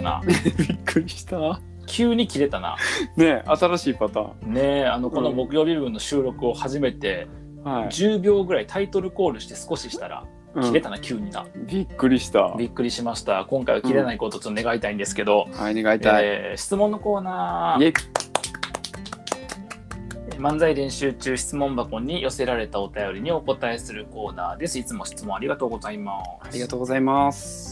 な。 びっくりした急に切れたな。 ね。新しいパターンねえ、この木曜日分の収録を初めてはい 10秒ぐらいタイトルコールして少ししたら切れたな、急にな。 びっくりしたびっくりしました。今回は切れないことをちょっと願いたいんですけど、 はい願いたい、 質問のコーナー。 イエイ漫才練習中質問箱に寄せられたお便りにお答えするコーナーです。いつも質問ありがとうございます。 ありがとうございます。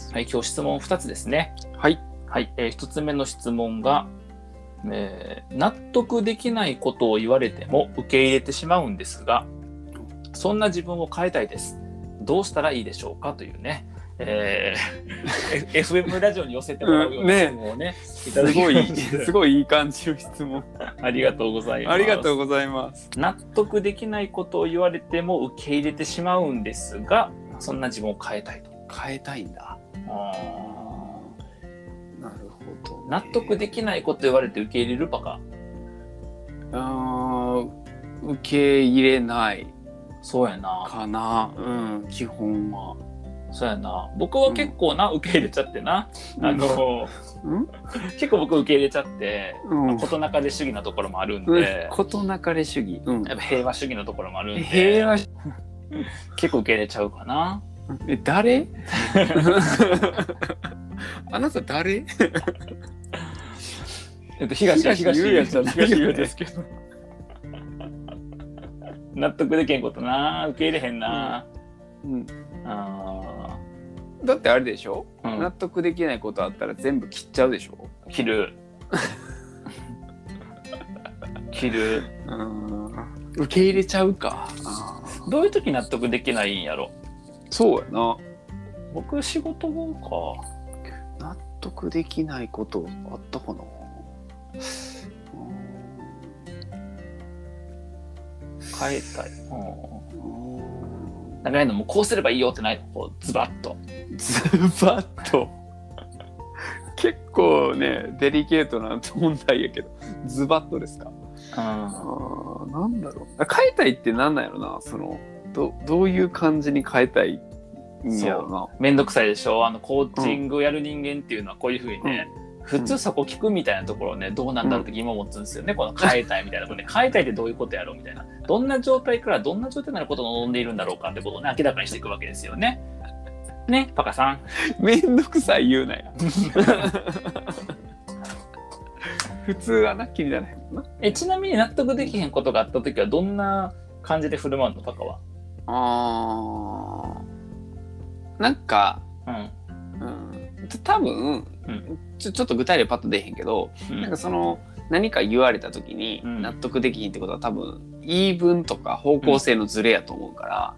はい、今日質問2つですね。 はいはい、1つ目の質問が、納得できないことを言われても受け入れてしまうんですが、そんな自分を変えたいです。どうしたらいいでしょうかというね、FM ラジオに寄せてもらうような質問をね、いただきました。 すごいいい感じの質問ありがとうございます。 ありがとうございます。 納得できないことを言われても受け入れてしまうんですが、そんな自分を変えたいと。 変えたいんだ。なるほど、ね、 納得できないこと言われて受け入れるパカ？ 受け入れないそうやな。 かな。基本は。 そうやな。僕は結構な、受け入れちゃってな。結構僕受け入れちゃって、事なかれ主義なところもあるんで。 事なかれ主義。 やっぱ平和主義のところもあるんで。 平和結構受け入れちゃうかな。 誰あなた誰東優也じゃないよね。 東優也ですけど。納得できへんことな。受け入れへんな。 だってあれでしょ、納得できないことあったら全部切っちゃうでしょ。 切る受け入れちゃうか。 どういう時納得できないんやろ。 そうやな。 僕仕事後か納得できないことあったかな。 変えたい。なんかもうこうすればいいよってないの、こうズバッと結構ねデリケートな問題やけどズバッとですか。なんだろう、変えたいってなんなんやろな。そのどういう感じに変えたいんやろな。 めんどくさいでしょ。コーチングやる人間っていうのはこういうふうにね、普通そこ聞くみたいなところをね、どうなんだろうって疑問を持つんですよね。この変えたいみたいなことね、変えたいってどういうことやろうみたいな、どんな状態からどんな状態になることを望んでいるんだろうかってことをね、明らかにしていくわけですよね。ね、パカさん。 めんどくさい言うなや。普通はな、気にならへんもんな。 ちなみに納得できへんことがあったときはどんな感じで振る舞うの、パカは。 なんか、多分、ちょっと具体例パッと出へんけど、なんかその何か言われた時に納得できひんってことは多分言い分とか方向性のズレやと思うから、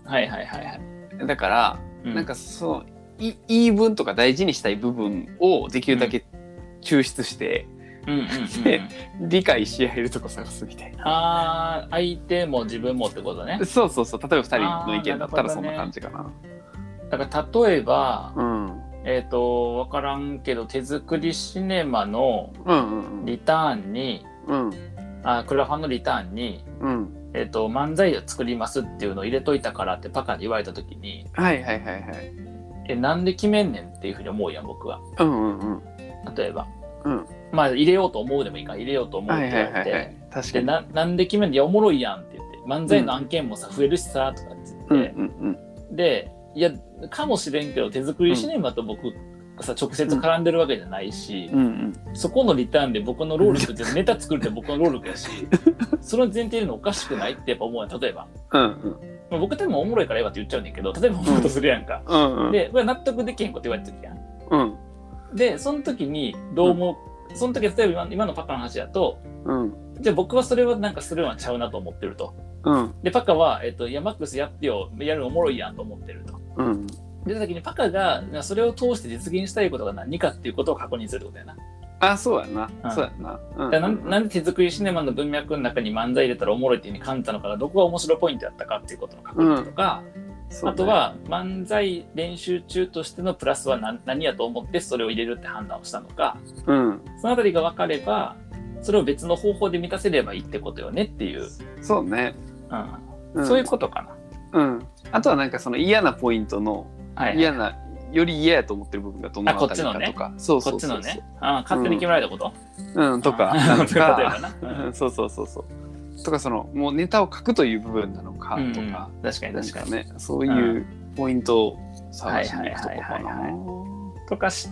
だから、なんかその言い分とか大事にしたい部分をできるだけ抽出して、で理解し合えるとこ探すみたいな。 相手も自分もってことね。 そう。例えば2人の意見だったらそんな感じかな。 だから例えば、分からんけど手作りシネマのリターンに、クラファンのリターンに、漫才を作りますっていうのを入れといたからってパカに言われた時に、なんで決めんねんっていうふうに思うやん、僕は。例えば、まあ入れようと思うでもいいから入れようと思うって言われて、 確かになんで決めんの、いやおもろいやんって言って、漫才の案件もさ増えるしさとかって言って、でいやかもしれんけど手作りシネマと僕さ直接絡んでるわけじゃないし、そこのリターンで僕の労力ってネタ作るって僕の労力やしその前提で言うのおかしくないってやっぱ思うやん。例えば、僕多分おもろいからええわって言っちゃうねんけど、例えばおもろいとするやんか、でこれ納得できへんこと言われてるやん、でその時にどう思う、その時例えば今のパカの話だと、じゃあ僕はそれはなんかするのはちゃうなと思ってると、でパカは、いやマックスやってよ、やるのおもろいやんと思ってると、で時にパカがそれを通して実現したいことが何かっていうことを確認するってことやな。 そうやな、そうやな。 なんで手作りシネマの文脈の中に漫才入れたらおもろいっていう風に感じたのかがどこが面白いポイントやったかっていうことの確認とか、あとは漫才練習中としてのプラスは何やと思ってそれを入れるって判断をしたのか、そのあたりが分かればそれを別の方法で満たせればいいってことよねっていう。 そうね、 そういうことかな。 あとはなんかその嫌なポイントの、嫌なより嫌やと思ってる部分がどのあたりかとか、そうそうそうそう、 こっちのね、勝手に決められたこと、 とかなんかそうそうそうそうとか、そのもうネタを書くという部分なのかとか、 確かに確かにね、そういうポイントを探しに行くとこかなとかして、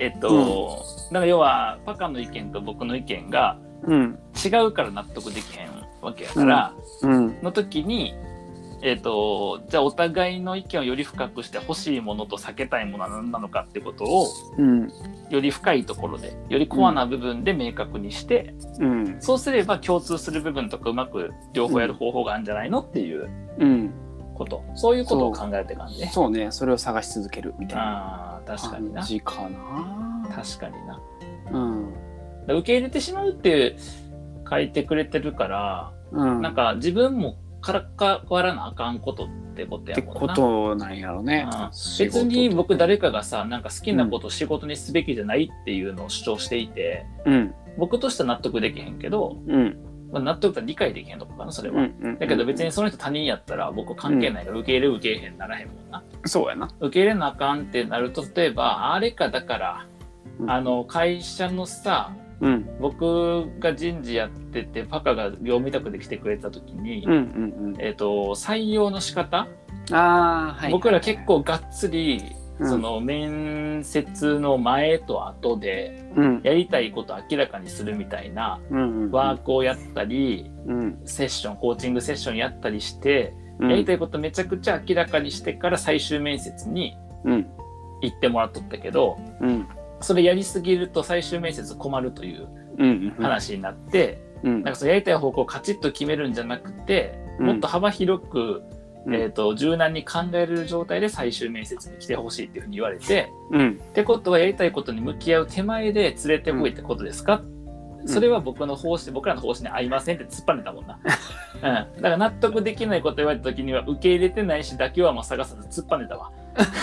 だから要はパカの意見と僕の意見が違うから納得できへんわけやから、の時にじゃあお互いの意見をより深くして欲しいものと避けたいものは何なのかってことを、より深いところでよりコアな部分で明確にして、そうすれば共通する部分とかうまく両方やる方法があるんじゃないのっていうこと、そういうことを考えるって感じね。 そうね、それを探し続けるみたいな感じかな。 確かにな。受け入れてしまうって書いてくれてるから、なんか自分もから変わらなあかんことってことやもんな。 ってことなんやろね。 別に僕誰かがさ、なんか好きなことを仕事にすべきじゃないっていうのを主張していて、僕としては納得できへんけど、納得と理解できへんとこかな、それは。だけど別にその人他人やったら僕関係ないから受け入れ受け入れへんならへんもんな。 そうやな。 受け入れなあかんってなると、例えばあれか、だから会社のさ、僕が人事やっててパカが業務委託で来てくれた時に、採用の仕方、僕ら結構がっつり、その面接の前と後でやりたいことを明らかにするみたいなワークをやったり、セッション、コーチングセッションやったりして、やりたいことめちゃくちゃ明らかにしてから最終面接に行ってもらっとったけど、それやりすぎると最終面接困るという話になって、なんかそのやりたい方向をカチッと決めるんじゃなくて、もっと幅広く、柔軟に考える状態で最終面接に来てほしいっていうふうに言われて、ってことはやりたいことに向き合う手前で連れてこいってことですか、それは僕らの方針に合いませんって突っぱねたもんな。だから納得できないこと言われた時には受け入れてないし、妥協はもう探さず突っぱねたわ。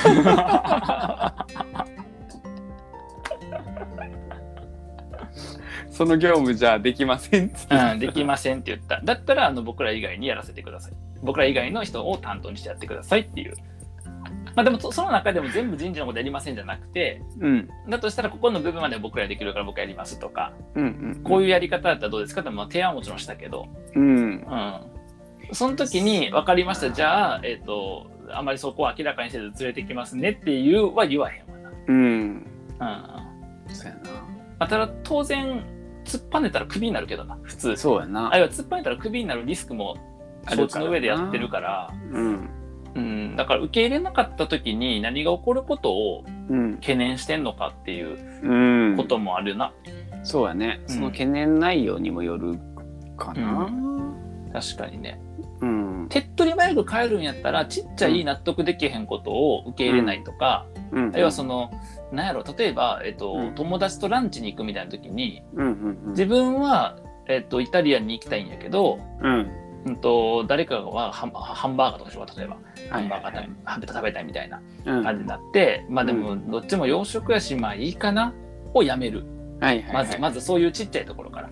その業務じゃできませんって、 できませんって言った。だったら僕ら以外にやらせてください。僕ら以外の人を担当にしてやってくださいっていう。でもその中でも全部人事のことやりませんじゃなくて、だとしたらここの部分まで僕らできるから僕やりますとか、こういうやり方だったらどうですかって提案はもちろんしたけど、その時に分かりました、じゃあ、あまりそこを明らかにせず連れてきますねっていうは言わへんわな。 そうやな。ただ当然突っぱねたらクビになるけどな、普通。 そうやな。 あるいは突っぱねたらクビになるリスクも承知の上でやってるから、だから受け入れなかった時に何が起こることを懸念してんのかっていうこともあるな。 そうやね。その懸念内容にもよるかな。 確かにね。手っ取り早く変えるんやったらちっちゃい納得できへんことを受け入れないとか、あるいはそのなんやろ、例えば、友達とランチに行くみたいな時に、自分は、イタリアンに行きたいんやけど、誰かはハンバーガーとかしよう、例えばハンバーガー食べたいみたいな感じになって、でもどっちも洋食やし、まあいいかなをやめる。まずそういうちっちゃいところから、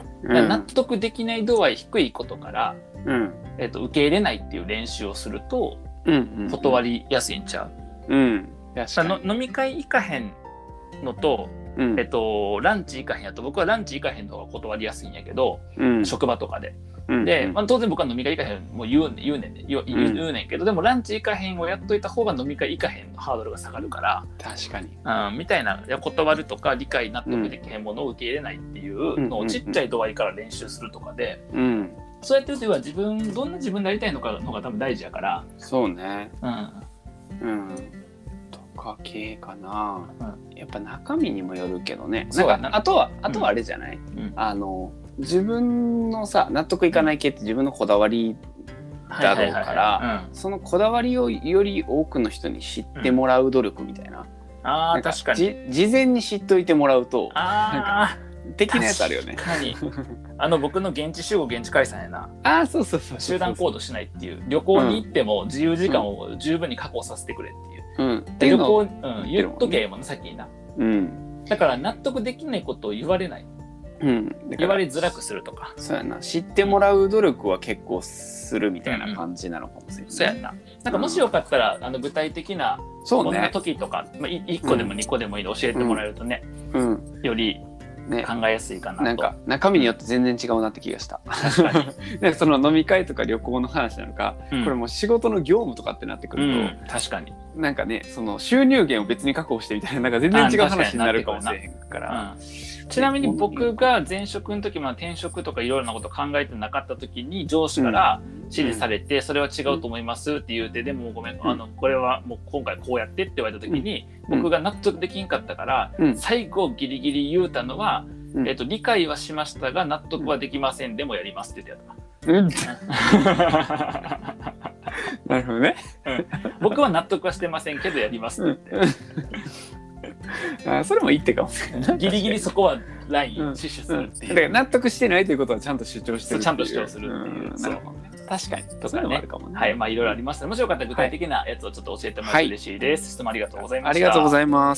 納得できない度合い低いことから、受け入れないっていう練習をすると、断りやすいんちゃう。飲み会行かへんのと、ランチ行かへんやと、僕はランチ行かへんのが断りやすいんやけど、職場とかで。で、当然僕は飲み会行かへんもう言うねんけど、でもランチ行かへんをやっといた方が飲み会行かへんのハードルが下がるから、 確かに、 みたいな、断るとか理解納得できへんものを受け入れないっていうのをちっちゃい度合いから練習するとかで、そうやってるとどんな自分でやりたいのかのが多分大事やから。 そうね。とか系かな。やっぱ中身にもよるけどね。あとはあれじゃない？自分のさ、納得いかない系って自分のこだわりだろうから、そのこだわりをより多くの人に知ってもらう努力みたいな。 確かに。 事前に知っといてもらうと、的なやつあるよね。 確かに。僕の現地集合現地解散やな。 そう集団行動しないっていう。旅行に行っても自由時間を十分に確保させてくれっていう。旅行、言っとけもんな、先にな。だから納得できないことを言われない。言われづらくするとか。 そうやな。知ってもらう努力は結構するみたいな感じなのかもしれない。 そうやな。 なんかもしよかったら、具体的なこんな時とか、1個でも2個でもいいので教えてもらえるとね、より考えやすいかなと。 なんか中身によって全然違うなって気がした。 確かになんかその飲み会とか旅行の話なのか、これもう仕事の業務とかってなってくると、確かになんかね、その収入源を別に確保してみたいな、なんか全然違う話になるかもしれへんから。 ちなみに僕が前職の時も転職とかいろいろなこと考えてなかった時に上司から指示されて、それは違うと思いますって言うて、でもごめん、これはもう今回こうやってって言われた時に、僕が納得できんかったから、最後ギリギリ言うたのは、理解はしましたが納得はできません、でもやりますって言ってやった。 なるほどね。 僕は納得はしてませんけどやりますって言って。 それもいいってかもしれない。 ギリギリそこはライン死守するっていう。 だから納得してないということはちゃんと主張してる。 ちゃんと主張するっていう。そう確かにとかね。はい、まあいろいろありますので、もしよかったら具体的なやつをちょっと教えてもらって嬉しいです。質問ありがとうございました。 ありがとうございます。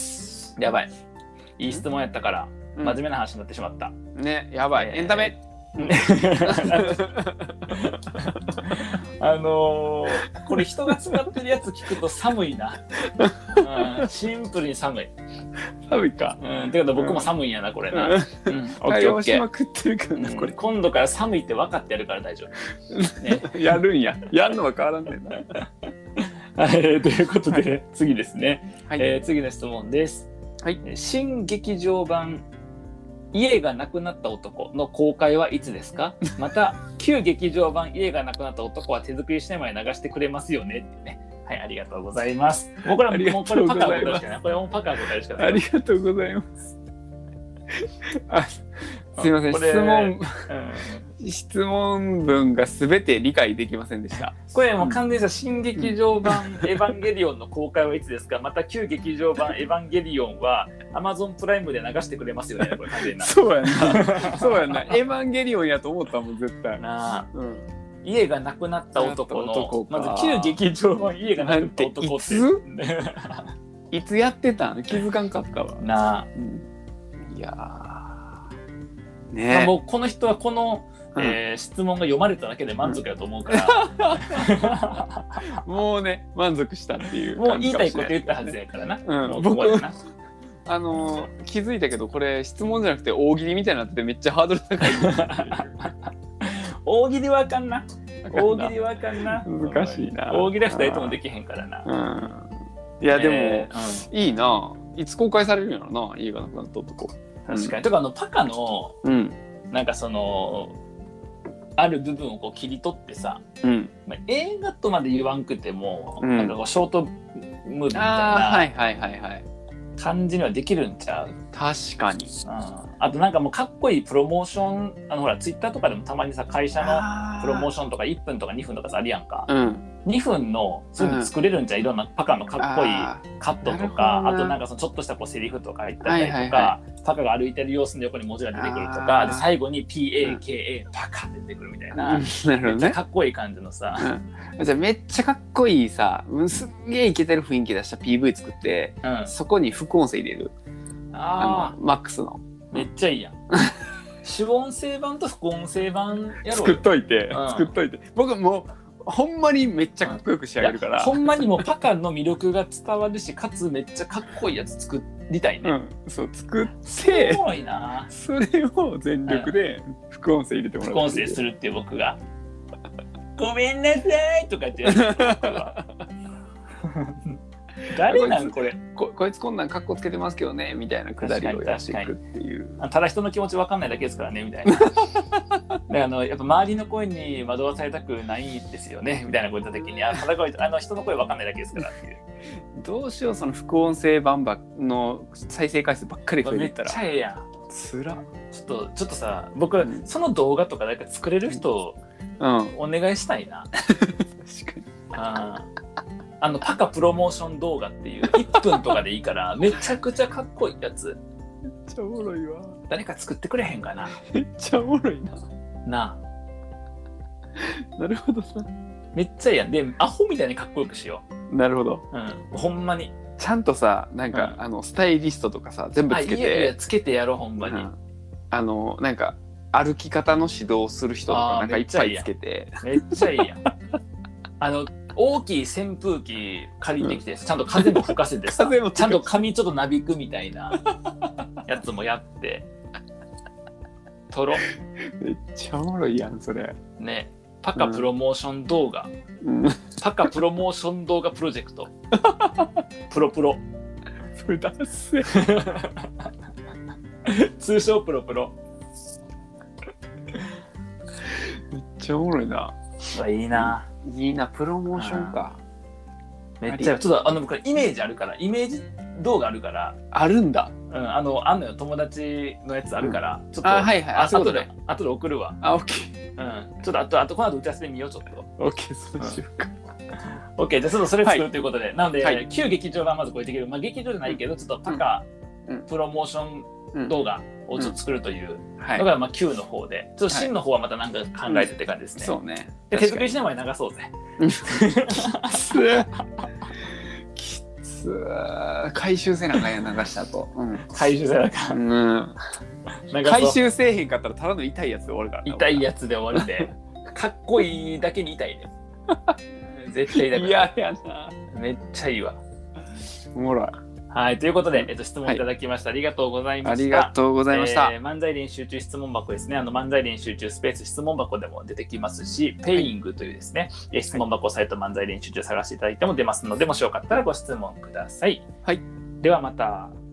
やばい。いい質問やったから真面目な話になってしまった。 ね、やばい。エンタメ。 これ人が使ってるやつ聞くと寒いな。シンプルに寒い。 寒いか。 てことは僕も寒いんやなこれな。 対応しまくってるからなこれ。 今度から寒いって分かってやるから大丈夫。やるんや。やるのは変わらんねんな。ということで次ですね。次の質問です。新劇場版家がなくなった男の公開はいつですか？また旧劇場版家がなくなった男は手作りシネマに流してくれますよねってね。はい、ありがとうございます。もうこれはもうこれパカー答えしかない。これもパカー答えしかない。 ありがとうございます。すいません、質問文がすべて理解できませんでした。 これもう完全に新劇場版エヴァンゲリオンの公開はいつですか？また旧劇場版エヴァンゲリオンは Amazon プライムで流してくれますよね。これ完全な。 そうやな。そうやな。エヴァンゲリオンやと思ったもん絶対。 なあ。家がなくなった男のまず旧劇場版家がなくなった男っていつやってたん？気づかんかったわ。 なあ。 いやね。 もうこの人はこの質問が読まれただけで満足だと思うから、 もうね満足したっていうもう言いたいこと言ったはずやからな。 僕気づいたけどこれ質問じゃなくて大喜利みたいになっててめっちゃハードル高い大喜利わかんな。大喜利わかんな。 難しいな。 大喜利は2人ともできへんからな。 いやでもいいな。いつ公開されるんやろな家がなくなった男。 確かに。とかパカのなんかそのある部分をこう切り取ってさ、映画とまで言わんくてもなんかこうショートムービーみたいな感じにはできるんちゃう？ 確かに。 あとなんかもうかっこいいプロモーションほらツイッターとかでもたまにさ会社のプロモーションとか1分とか2分とかさあるやんか。2分のすぐ作れるんじゃいろんなパカのかっこいいカットとか、あとなんかそのちょっとしたこうセリフとか入ったりとか、パカが歩いてる様子の横に文字が出てくるとかで最後に PAKA パカって出てくるみたいな、めっちゃかっこいい感じのさ、 じゃあめっちゃかっこいいさすっげえイケてる雰囲気出した PV 作って、そこに副音声入れる。マックスのめっちゃいいやん。主音声版と副音声版やろうよ。 作っといて僕もうほんまにめっちゃかっこよく仕上げるから。 ほんまにもうパカの魅力が伝わるし、かつめっちゃかっこいいやつ作りたいね。 そう作って、 すごいな。 それを全力で副音声入れてもらう。 副音声するっていう僕がごめんなさいとかって誰なんこれ。 こいつこんなんカッコつけてますけどねみたいなくだりをやっていくっていう。 ただ人の気持ち分かんないだけですからねみたいな。でやっぱ周りの声に惑わされたくないですよねみたいなこと言った時にただ人の声分かんないだけですからっていう。 どうしようその副音声版の再生回数ばっかり増えていったら。 めっちゃええやん。 つら。 ちょっとさ僕、その動画とか誰か作れる人、お願いしたいな。 確かに。 パカプロモーション動画っていう1分とかでいいからめちゃくちゃかっこいいやつ。 めっちゃおもろいわ。 誰か作ってくれへんかな。 めっちゃおもろいな。 なあ。なるほどな。 めっちゃいいやん。でアホみたいにかっこよくしよう。なるほど。 ほんまに。 ちゃんとさなんか、スタイリストとかさ全部つけて。 いやつけてやろうほんまに。 なんか歩き方の指導する人とかなんかいっぱいつけて。 めっちゃいいやん。 大きい扇風機借りてきて、ちゃんと風も吹かせてさちゃんと髪ちょっとなびくみたいなやつもやって撮ろめっちゃおもろいやんそれね。パカプロモーション動画、パカプロモーション動画プロジェクトプロプロプラス通称プロプロ。 めっちゃおもろいな。 いいな。 いいな、プロモーションか。 めっちゃちょっと僕イメージあるから、イメージ動画あるから。 あるんだ。 あんのよ、友達のやつあるから、ちょっと後で送るわ。 オッケー。ちょっとあとこの後打ち合わせで見ようちょっと。 オッケー、そうしようか。 オッケー、じゃあちょっとそれ作るということで、なので旧劇場版まずこれできる。まあ劇場じゃないけどちょっとパカプロモーション動画をちょっと作るというのが旧の方で、ちょっと新の方はまたなんか考えてって感じですね。 そうね。 で手作りしながら流そうぜ。 きつ回収せなあかんやん、流したと。 回収せなあかん。 回収せえへんかったらただの痛いやつで終わるから。 痛いやつで終わるで。かっこいいだけに痛いで。絶対痛い。 嫌やな。 めっちゃいいわ。 おもろい。 はい、ということで、質問いただきました。ありがとうございました。 ありがとうございました。 漫才練習中質問箱ですね。漫才練習中スペース質問箱でも出てきますし、ペイングというですね、質問箱サイト漫才練習中探していただいても出ますので、もしよかったらご質問ください。 はい。 ではまた。